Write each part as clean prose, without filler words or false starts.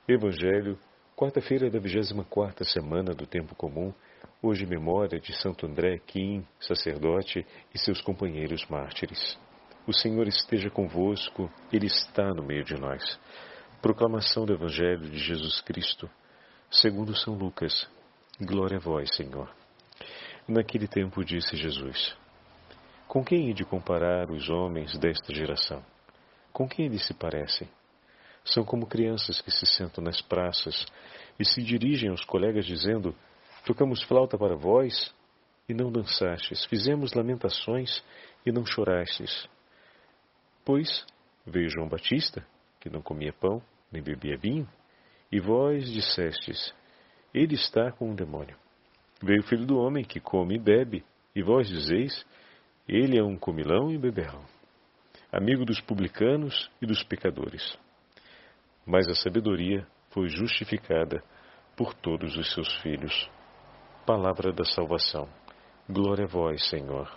Evangelho, quarta-feira da 24ª semana do Tempo Comum, hoje memória de Santo André Quim, sacerdote, e seus companheiros mártires. O Senhor esteja convosco, Ele está no meio de nós. Proclamação do Evangelho de Jesus Cristo, segundo São Lucas. Glória a vós, Senhor. Naquele tempo disse Jesus: Com quem hei de comparar os homens desta geração? Com quem eles se parecem? São como crianças que se sentam nas praças e se dirigem aos colegas dizendo: Tocamos flauta para vós e não dançastes, fizemos lamentações e não chorastes. Pois veio João Batista, que não comia pão nem bebia vinho, e vós dissestes: Ele está com um demônio. Veio o Filho do Homem, que come e bebe, e vós dizeis: Ele é um comilão e beberrão, amigo dos publicanos e dos pecadores. Mas a sabedoria foi justificada por todos os seus filhos. Palavra da salvação. Glória a vós, Senhor.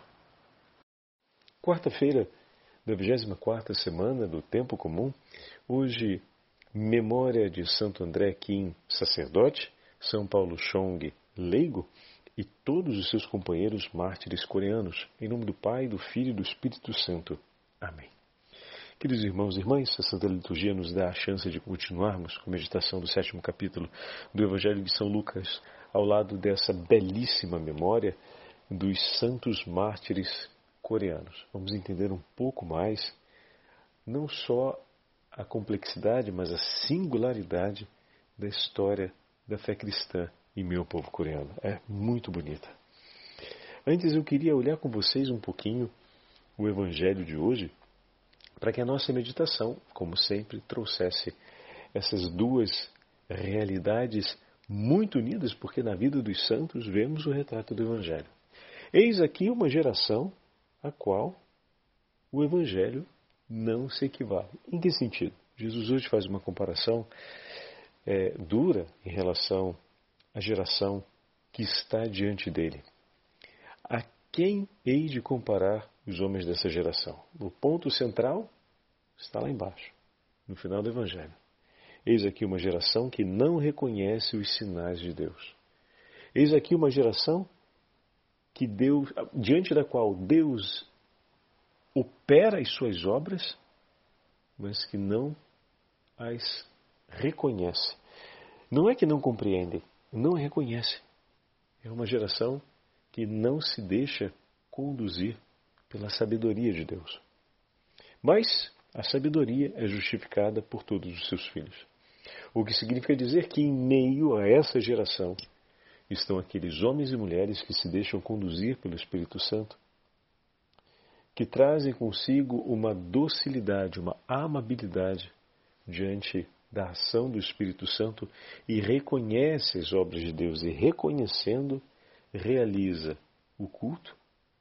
Quarta-feira da 24ª semana do Tempo Comum, hoje, memória de Santo André Quim, sacerdote, São Paulo Chong, leigo, e todos os seus companheiros mártires coreanos, em nome do Pai, do Filho e do Espírito Santo. Amém. Queridos irmãos e irmãs, a Santa Liturgia nos dá a chance de continuarmos com a meditação do 7º capítulo do Evangelho de São Lucas, ao lado dessa belíssima memória dos santos mártires coreanos. Vamos entender um pouco mais, não só a complexidade, mas a singularidade da história da fé cristã em meu povo coreano. É muito bonita. Antes eu queria olhar com vocês um pouquinho o Evangelho de hoje, para que a nossa meditação, como sempre, trouxesse essas duas realidades muito unidas, porque na vida dos santos vemos o retrato do Evangelho. Eis aqui uma geração a qual o Evangelho não se equivale. Em que sentido? Jesus hoje faz uma comparação dura em relação à geração que está diante dele. A quem hei de comparar os homens dessa geração? O ponto central está lá embaixo, no final do Evangelho. Eis aqui uma geração que não reconhece os sinais de Deus. Eis aqui uma geração que diante da qual Deus opera as suas obras, mas que não as reconhece. Não é que não compreendem, não reconhece. É uma geração que não se deixa conduzir pela sabedoria de Deus. Mas a sabedoria é justificada por todos os seus filhos. O que significa dizer que em meio a essa geração estão aqueles homens e mulheres que se deixam conduzir pelo Espírito Santo, que trazem consigo uma docilidade, uma amabilidade diante da ação do Espírito Santo e reconhece as obras de Deus e, reconhecendo, realiza o culto.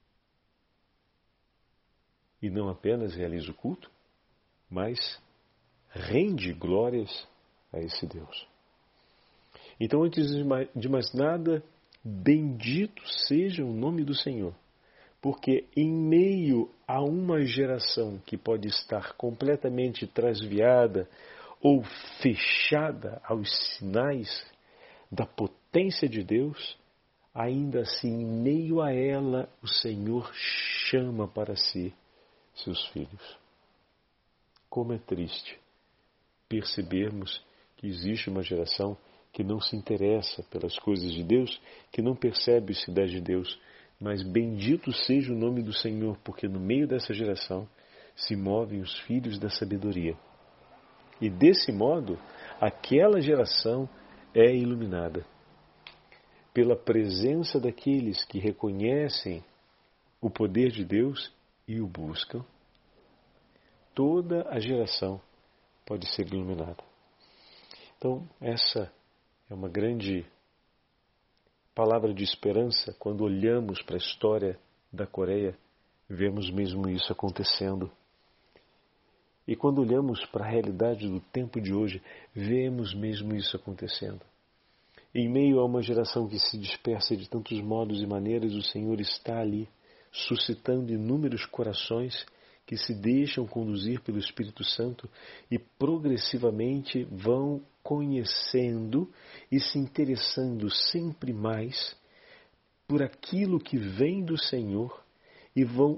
E não apenas realiza o culto, mas rende glórias a esse Deus. Então, antes de mais nada, bendito seja o nome do Senhor, porque em meio a uma geração que pode estar completamente transviada ou fechada aos sinais da potência de Deus, ainda assim, em meio a ela, o Senhor chama para si seus filhos. Como é triste percebermos que existe uma geração que não se interessa pelas coisas de Deus, que não percebe os sinais de Deus, mas bendito seja o nome do Senhor, porque no meio dessa geração se movem os filhos da sabedoria. E desse modo, aquela geração é iluminada pela presença daqueles que reconhecem o poder de Deus e o buscam. Toda a geração pode ser iluminada. Então, essa é uma grande palavra de esperança. Quando olhamos para a história da Coreia, vemos mesmo isso acontecendo. E quando olhamos para a realidade do tempo de hoje, vemos mesmo isso acontecendo. Em meio a uma geração que se dispersa de tantos modos e maneiras, o Senhor está ali, suscitando inúmeros corações que se deixam conduzir pelo Espírito Santo e progressivamente vão conhecendo e se interessando sempre mais por aquilo que vem do Senhor e vão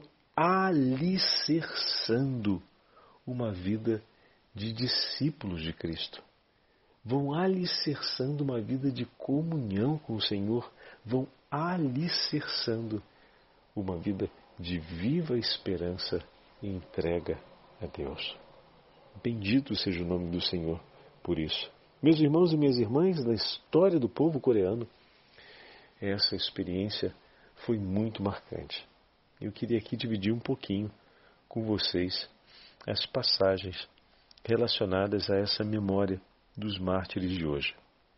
alicerçando uma vida de discípulos de Cristo. Vão alicerçando uma vida de comunhão com o Senhor, vão alicerçando uma vida de viva esperança e entrega a Deus. Bendito seja o nome do Senhor por isso. Meus irmãos e minhas irmãs, na história do povo coreano, essa experiência foi muito marcante. Eu queria aqui dividir um pouquinho com vocês as passagens relacionadas a essa memória dos mártires de hoje.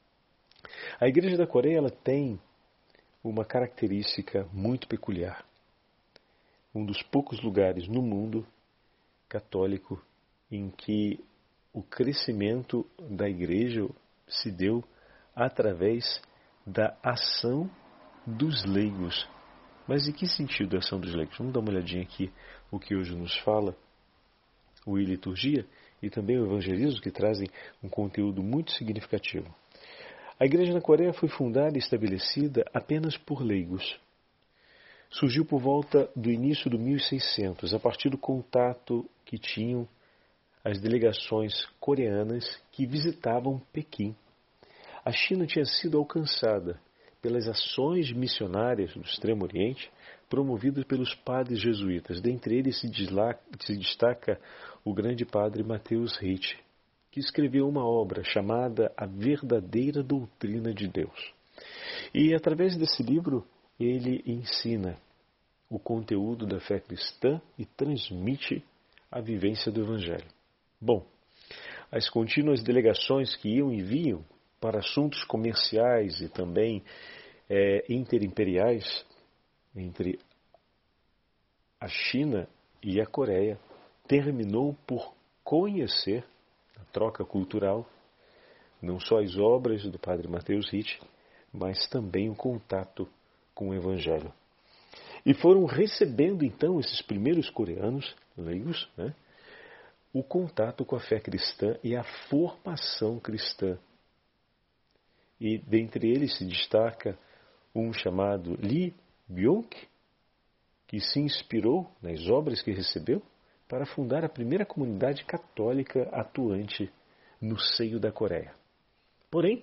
A Igreja da Coreia ela tem uma característica muito peculiar. Um dos poucos lugares no mundo católico em que o crescimento da Igreja se deu através da ação dos leigos. Mas em que sentido a ação dos leigos? Vamos dar uma olhadinha aqui o que hoje nos fala o E-Liturgia e também o Evangelismo, que trazem um conteúdo muito significativo. A Igreja na Coreia foi fundada e estabelecida apenas por leigos. Surgiu por volta do início do 1600, a partir do contato que tinham as delegações coreanas que visitavam Pequim. A China tinha sido alcançada pelas ações missionárias do Extremo Oriente, promovidas pelos padres jesuítas. Dentre eles se destaca o grande padre Mateus Ricci, que escreveu uma obra chamada A Verdadeira Doutrina de Deus. E através desse livro ele ensina o conteúdo da fé cristã e transmite a vivência do Evangelho. Bom, as contínuas delegações que iam e vinham para assuntos comerciais e também interimperiais entre a China e a Coreia terminou por conhecer a troca cultural, não só as obras do padre Mateus Ricci, mas também o contato com o Evangelho. E foram recebendo então esses primeiros coreanos leigos, o contato com a fé cristã e a formação cristã. E dentre eles se destaca um chamado Lee Byung-ki, que se inspirou nas obras que recebeu para fundar a primeira comunidade católica atuante no seio da Coreia. Porém,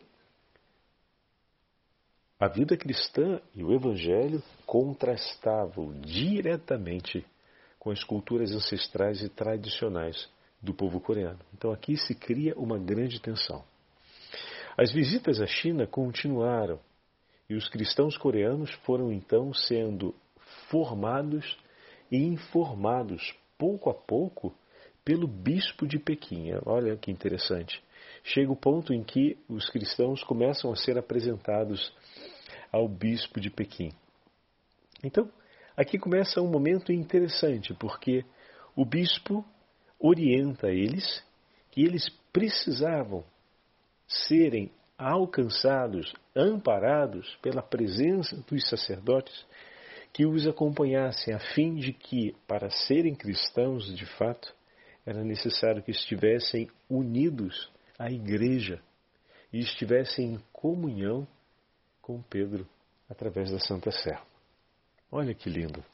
a vida cristã e o Evangelho contrastavam diretamente com as culturas ancestrais e tradicionais do povo coreano. Então aqui se cria uma grande tensão. As visitas à China continuaram e os cristãos coreanos foram então sendo formados e informados pouco a pouco pelo bispo de Pequim. Olha que interessante. Chega o ponto em que os cristãos começam a ser apresentados ao bispo de Pequim. Então, aqui começa um momento interessante, porque o bispo orienta eles que eles precisavam serem alcançados, amparados pela presença dos sacerdotes que os acompanhassem, a fim de que, para serem cristãos de fato, era necessário que estivessem unidos à Igreja e estivessem em comunhão com Pedro através da Santa Sé. Olha que lindo!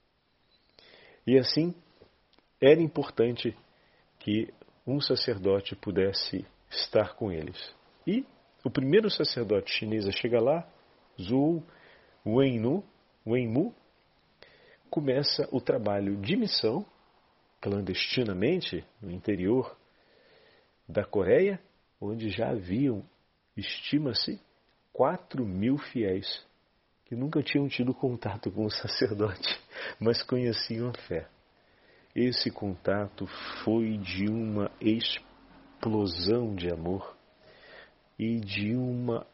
E assim, era importante que um sacerdote pudesse estar com eles. E o primeiro sacerdote chinês a chegar lá, Zhou Wenmu, começa o trabalho de missão, clandestinamente, no interior da Coreia, onde já haviam, estima-se, 4.000 fiéis, que nunca tinham tido contato com o sacerdote, mas conheciam a fé. Esse contato foi de uma explosão de amor e de uma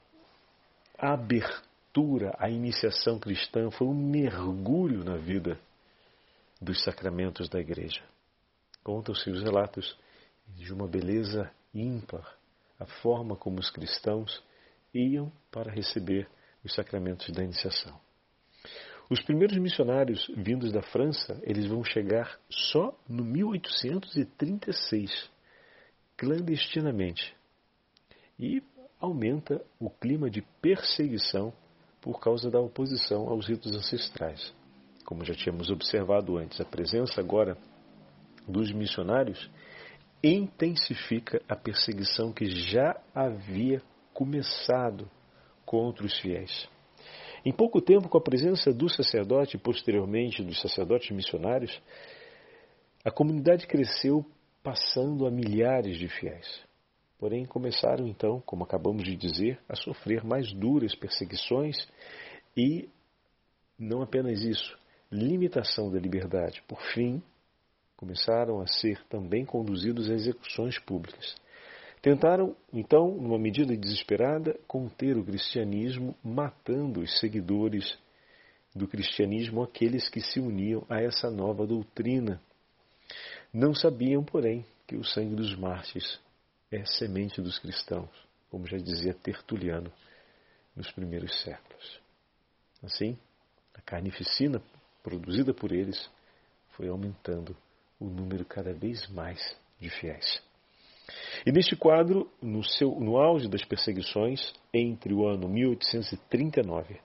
abertura à iniciação cristã, foi um mergulho na vida dos sacramentos da Igreja. Contam-se os relatos de uma beleza ímpar, a forma como os cristãos iam para receber os sacramentos da iniciação. Os primeiros missionários vindos da França, eles vão chegar só no 1836, clandestinamente. E aumenta o clima de perseguição por causa da oposição aos ritos ancestrais. Como já tínhamos observado antes, a presença agora dos missionários intensifica a perseguição que já havia começado contra os fiéis. Em pouco tempo, com a presença do sacerdote e posteriormente dos sacerdotes missionários, a comunidade cresceu passando a milhares de fiéis. Porém, começaram então, como acabamos de dizer, a sofrer mais duras perseguições e, não apenas isso, limitação da liberdade. Por fim, começaram a ser também conduzidos a execuções públicas. Tentaram, então, numa medida desesperada, conter o cristianismo, matando os seguidores do cristianismo, aqueles que se uniam a essa nova doutrina. Não sabiam, porém, que o sangue dos mártires é semente dos cristãos, como já dizia Tertuliano nos primeiros séculos. Assim, a carnificina produzida por eles foi aumentando o número cada vez mais de fiéis. E neste quadro, no auge das perseguições, entre o ano 1839,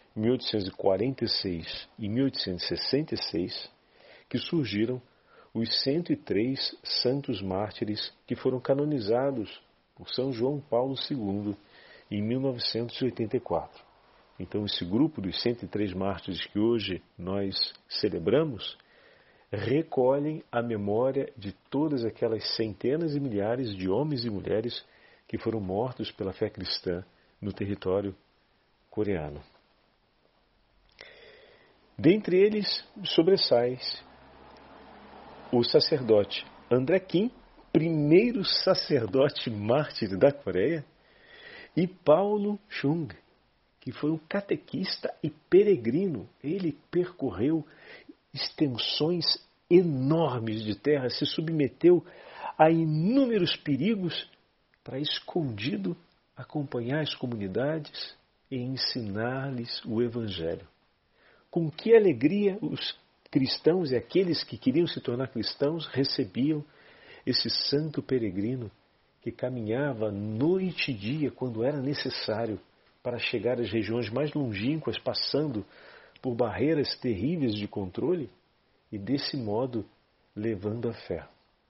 1846 e 1866, que surgiram os 103 santos mártires que foram canonizados por São João Paulo II em 1984. Então, esse grupo dos 103 mártires que hoje nós celebramos recolhem a memória de todas aquelas centenas e milhares de homens e mulheres que foram mortos pela fé cristã no território coreano. Dentre eles, sobressai o sacerdote André Kim, primeiro sacerdote mártir da Coreia, e Paulo Chung, que foi um catequista e peregrino. Ele percorreu extensões enormes de terra, se submeteu a inúmeros perigos para, escondido, acompanhar as comunidades e ensinar-lhes o Evangelho. Com que alegria os cristãos e aqueles que queriam se tornar cristãos recebiam esse santo peregrino que caminhava noite e dia quando era necessário para chegar às regiões mais longínquas, passando por barreiras terríveis de controle e, desse modo, levando a fé.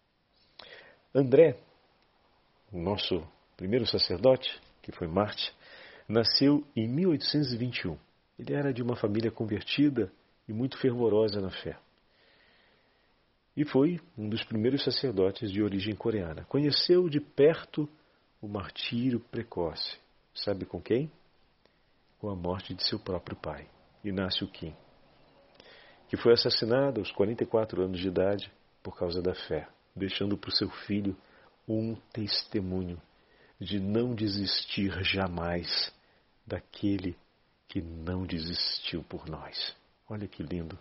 André, o nosso primeiro sacerdote, que foi mártir, nasceu em 1821. Ele era de uma família convertida e muito fervorosa na fé. E foi um dos primeiros sacerdotes de origem coreana. Conheceu de perto o martírio precoce. Sabe com quem? Com a morte de seu próprio pai, Inácio Kim, que foi assassinado aos 44 anos de idade por causa da fé, deixando para o seu filho um testemunho de não desistir jamais daquele que não desistiu por nós. Olha que lindo.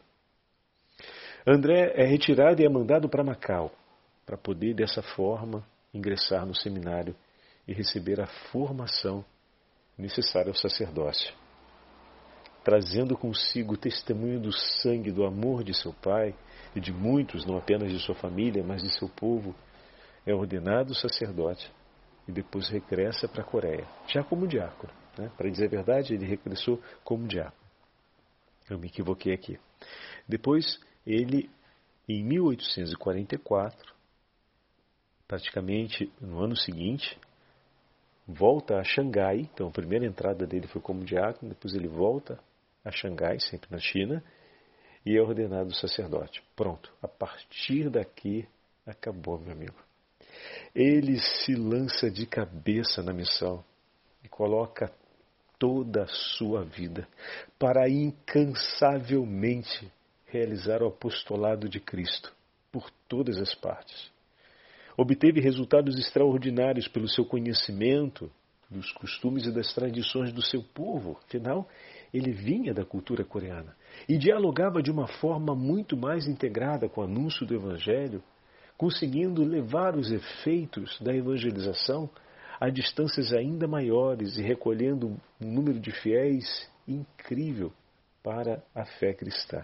André é retirado e é mandado para Macau, para poder, dessa forma, ingressar no seminário e receber a formação necessária ao sacerdócio. Trazendo consigo o testemunho do sangue, do amor de seu pai e de muitos, não apenas de sua família, mas de seu povo, é ordenado sacerdote e depois regressa para a Coreia, já como diácono. Para dizer a verdade, ele regressou como diácono. Eu me equivoquei aqui. Depois, ele, em 1844, praticamente no ano seguinte, volta a Xangai. Então, a primeira entrada dele foi como diácono, depois ele volta a Xangai, sempre na China, e é ordenado sacerdote. Pronto, a partir daqui, acabou, meu amigo. Ele se lança de cabeça na missão e coloca toda a sua vida para incansavelmente realizar o apostolado de Cristo por todas as partes. Obteve resultados extraordinários pelo seu conhecimento dos costumes e das tradições do seu povo. Afinal, ele vinha da cultura coreana e dialogava de uma forma muito mais integrada com o anúncio do Evangelho, conseguindo levar os efeitos da evangelização a distâncias ainda maiores e recolhendo um número de fiéis incrível para a fé cristã.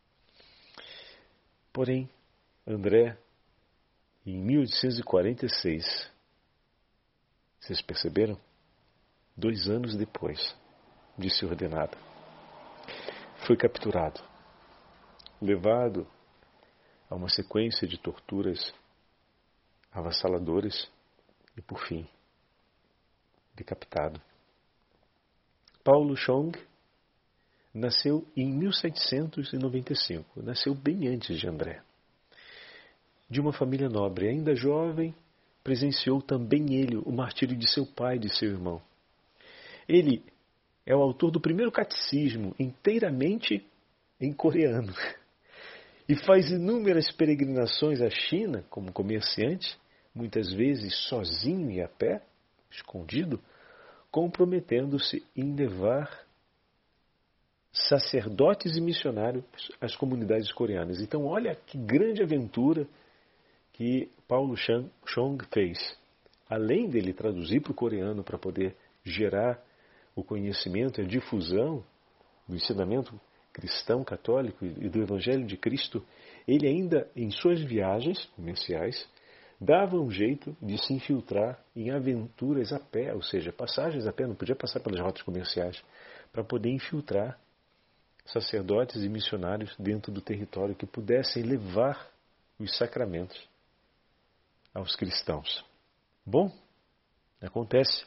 Porém, André, em 1846, vocês perceberam? 2 anos depois de ser ordenado, foi capturado, levado a uma sequência de torturas avassaladoras e, por fim, decapitado. Paulo Chong nasceu em 1795, nasceu bem antes de André. De uma família nobre, ainda jovem, presenciou também ele o martírio de seu pai e de seu irmão. Ele é o autor do primeiro catecismo inteiramente em coreano e faz inúmeras peregrinações à China como comerciante, muitas vezes sozinho e a pé, escondido, comprometendo-se em levar sacerdotes e missionários às comunidades coreanas. Então, olha que grande aventura que Paulo Chong fez. Além dele traduzir para o coreano para poder gerar o conhecimento e a difusão do ensinamento cristão católico e do Evangelho de Cristo, ele ainda, em suas viagens comerciais, dava um jeito de se infiltrar em aventuras a pé, ou seja, passagens a pé, não podia passar pelas rotas comerciais, para poder infiltrar sacerdotes e missionários dentro do território que pudessem levar os sacramentos aos cristãos. Bom, acontece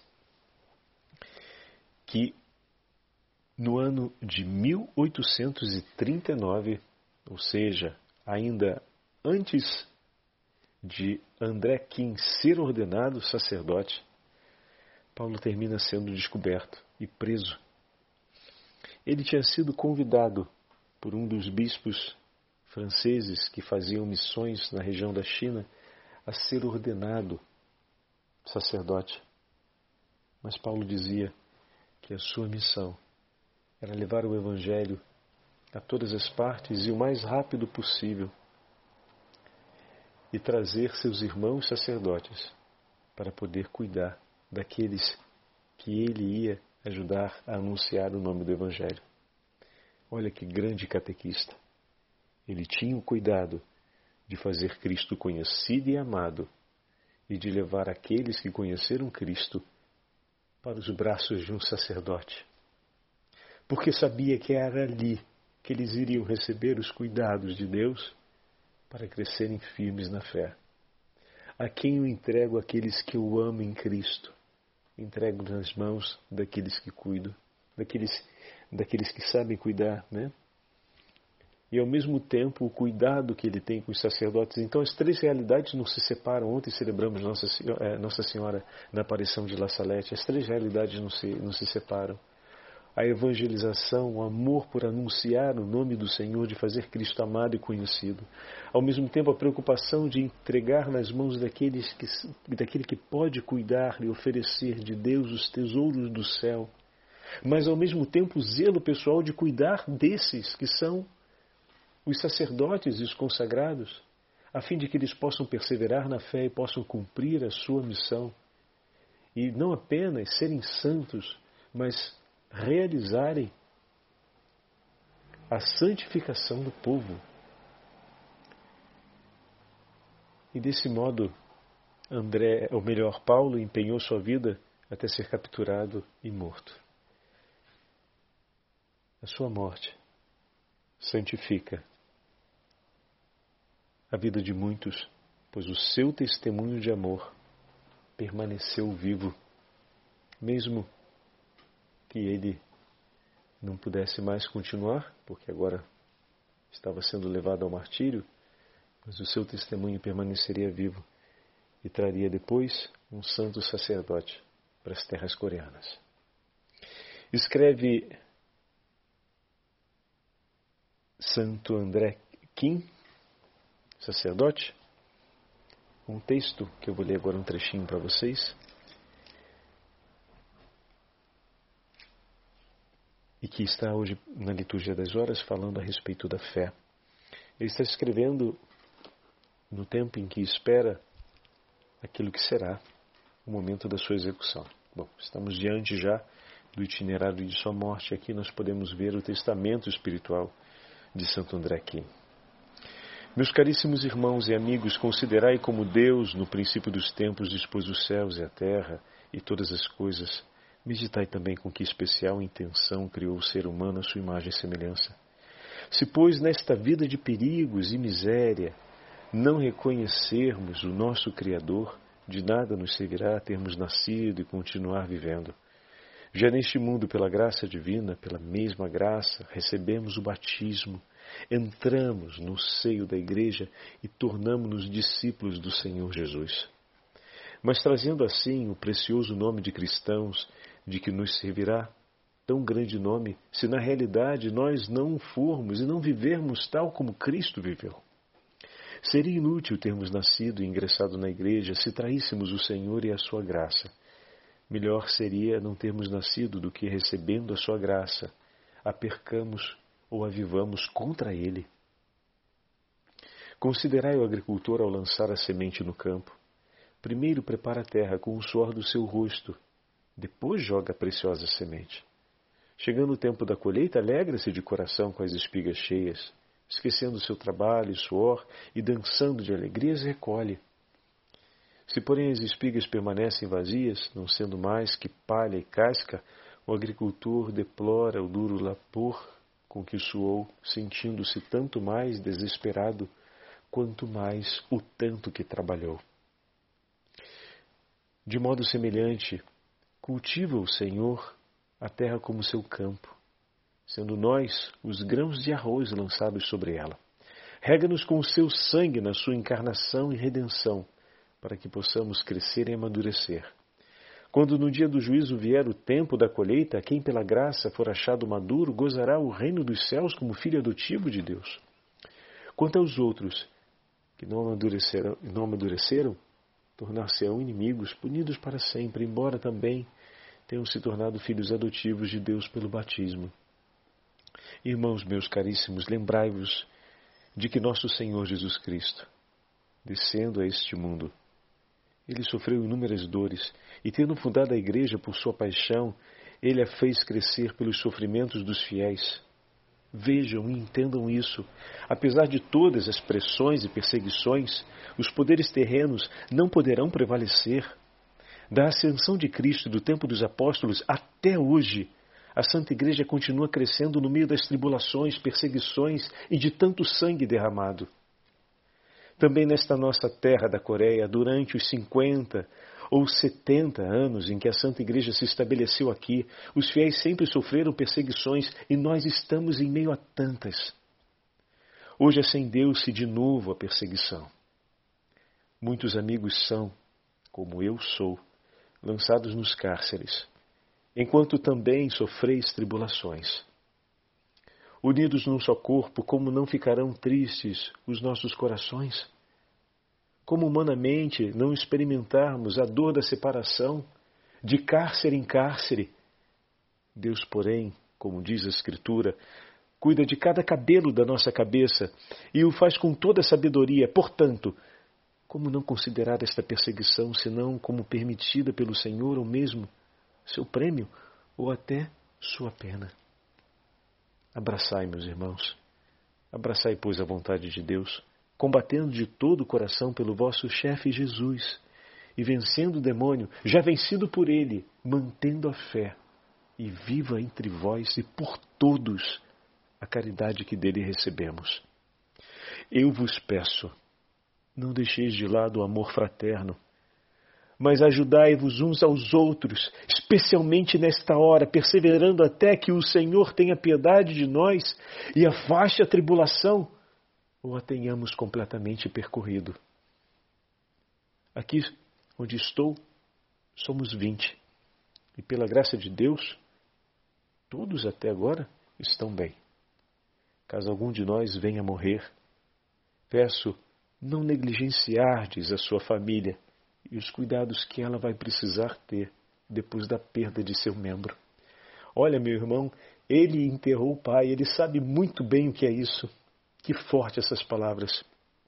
que no ano de 1839, ou seja, ainda antes de André Kim ser ordenado sacerdote, Paulo termina sendo descoberto e preso. Ele tinha sido convidado por um dos bispos franceses que faziam missões na região da China a ser ordenado sacerdote. Mas Paulo dizia que a sua missão era levar o Evangelho a todas as partes e o mais rápido possível e trazer seus irmãos sacerdotes para poder cuidar daqueles que ele ia ajudar a anunciar o nome do Evangelho. Olha que grande catequista. Ele tinha o cuidado de fazer Cristo conhecido e amado e de levar aqueles que conheceram Cristo para os braços de um sacerdote. Porque sabia que era ali que eles iriam receber os cuidados de Deus para crescerem firmes na fé. A quem eu entrego aqueles que eu amo em Cristo? Entrego nas mãos daqueles que cuidam, daqueles que sabem cuidar, né? E ao mesmo tempo o cuidado que ele tem com os sacerdotes. Então as 3 realidades não se separam. Ontem celebramos Nossa Senhora na aparição de La Salette. As 3 realidades não se separam. A evangelização, o amor por anunciar o nome do Senhor, de fazer Cristo amado e conhecido. Ao mesmo tempo, a preocupação de entregar nas mãos daquele que pode cuidar e oferecer de Deus os tesouros do céu. Mas, ao mesmo tempo, o zelo pessoal de cuidar desses que são os sacerdotes e os consagrados, a fim de que eles possam perseverar na fé e possam cumprir a sua missão. E não apenas serem santos, mas realizarem a santificação do povo. E desse modo, Paulo empenhou sua vida até ser capturado e morto. A sua morte santifica a vida de muitos, pois o seu testemunho de amor permaneceu vivo, mesmo que ele não pudesse mais continuar, porque agora estava sendo levado ao martírio, mas o seu testemunho permaneceria vivo e traria depois um santo sacerdote para as terras coreanas. Escreve Santo André Kim, sacerdote, um texto que eu vou ler agora um trechinho para vocês, e que está hoje na liturgia das horas falando a respeito da fé. Ele está escrevendo no tempo em que espera aquilo que será o momento da sua execução. Bom, estamos diante já do itinerário de sua morte. Aqui nós podemos ver o testamento espiritual de Santo André Kim. Meus caríssimos irmãos e amigos, considerai como Deus, no princípio dos tempos, dispôs os céus e a terra e todas as coisas. Meditai também com que especial intenção criou o ser humano à sua imagem e semelhança. Se, pois, nesta vida de perigos e miséria, não reconhecermos o nosso Criador, de nada nos servirá termos nascido e continuar vivendo. Já neste mundo, pela graça divina, pela mesma graça, recebemos o batismo, entramos no seio da Igreja e tornamo-nos discípulos do Senhor Jesus. Mas trazendo assim o precioso nome de cristãos, de que nos servirá tão grande nome, se na realidade nós não formos e não vivermos tal como Cristo viveu? Seria inútil termos nascido e ingressado na Igreja se traíssemos o Senhor e a sua graça. Melhor seria não termos nascido do que, recebendo a sua graça, a percamos ou a vivamos contra Ele. Considerai o agricultor ao lançar a semente no campo. Primeiro prepara a terra com o suor do seu rosto, depois joga a preciosa semente. Chegando o tempo da colheita, alegra-se de coração com as espigas cheias, esquecendo o seu trabalho e suor e dançando de alegrias recolhe. Se, porém, as espigas permanecem vazias, não sendo mais que palha e casca, o agricultor deplora o duro labor com que suou, sentindo-se tanto mais desesperado, quanto mais o tanto que trabalhou. De modo semelhante, cultiva o Senhor a terra como seu campo, sendo nós os grãos de arroz lançados sobre ela. Rega-nos com o seu sangue na sua encarnação e redenção, para que possamos crescer e amadurecer. Quando no dia do juízo vier o tempo da colheita, quem pela graça for achado maduro, gozará o reino dos céus como filho adotivo de Deus. Quanto aos outros que não amadureceram, tornar-se-ão inimigos, punidos para sempre, embora também tenham se tornado filhos adotivos de Deus pelo batismo. Irmãos meus caríssimos, lembrai-vos de que nosso Senhor Jesus Cristo, descendo a este mundo, Ele sofreu inúmeras dores e, tendo fundado a Igreja por sua paixão, Ele a fez crescer pelos sofrimentos dos fiéis. Vejam e entendam isso. Apesar de todas as pressões e perseguições, os poderes terrenos não poderão prevalecer. Da ascensão de Cristo do tempo dos apóstolos até hoje, a Santa Igreja continua crescendo no meio das tribulações, perseguições e de tanto sangue derramado. Também nesta nossa terra da Coreia, durante os 50 ou 70 anos em que a Santa Igreja se estabeleceu aqui, os fiéis sempre sofreram perseguições e nós estamos em meio a tantas. Hoje acendeu-se de novo a perseguição. Muitos amigos são, como eu sou, lançados nos cárceres, enquanto também sofreis tribulações. Unidos num só corpo, como não ficarão tristes os nossos corações? Como humanamente não experimentarmos a dor da separação, de cárcere em cárcere? Deus, porém, como diz a Escritura, cuida de cada cabelo da nossa cabeça e o faz com toda sabedoria. Portanto, como não considerar esta perseguição senão como permitida pelo Senhor ou mesmo seu prêmio ou até sua pena? Abraçai, meus irmãos, abraçai, pois, a vontade de Deus, combatendo de todo o coração pelo vosso chefe Jesus, e vencendo o demônio, já vencido por ele, mantendo a fé, e viva entre vós e por todos a caridade que dele recebemos. Eu vos peço, não deixeis de lado o amor fraterno, mas ajudai-vos uns aos outros, especialmente nesta hora, perseverando até que o Senhor tenha piedade de nós e afaste a tribulação, ou a tenhamos completamente percorrido. Aqui onde estou, somos 20, e pela graça de Deus, todos até agora estão bem. Caso algum de nós venha morrer, peço não negligenciardes a sua família, e os cuidados que ela vai precisar ter depois da perda de seu membro. Olha, meu irmão, ele enterrou o pai, ele sabe muito bem o que é isso. Que forte essas palavras.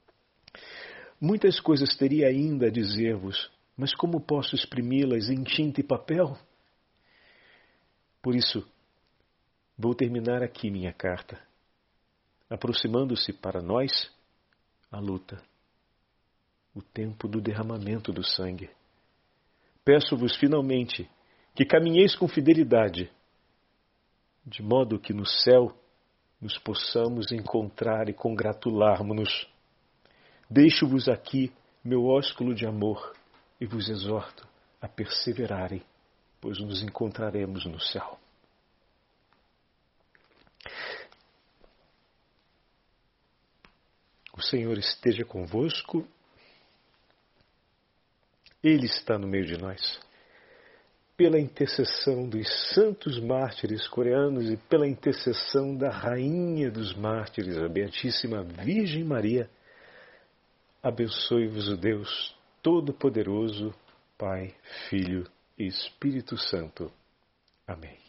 Muitas coisas teria ainda a dizer-vos, mas como posso exprimi-las em tinta e papel? Por isso, vou terminar aqui minha carta, aproximando-se para nós a luta, o tempo do derramamento do sangue. Peço-vos finalmente que caminheis com fidelidade, de modo que no céu nos possamos encontrar e congratularmos-nos. Deixo-vos aqui meu ósculo de amor e vos exorto a perseverarem, pois nos encontraremos no céu. O Senhor esteja convosco. Ele está no meio de nós. Pela intercessão dos santos mártires coreanos e pela intercessão da Rainha dos Mártires, a Beatíssima Virgem Maria, abençoe-vos o Deus Todo-Poderoso, Pai, Filho e Espírito Santo. Amém.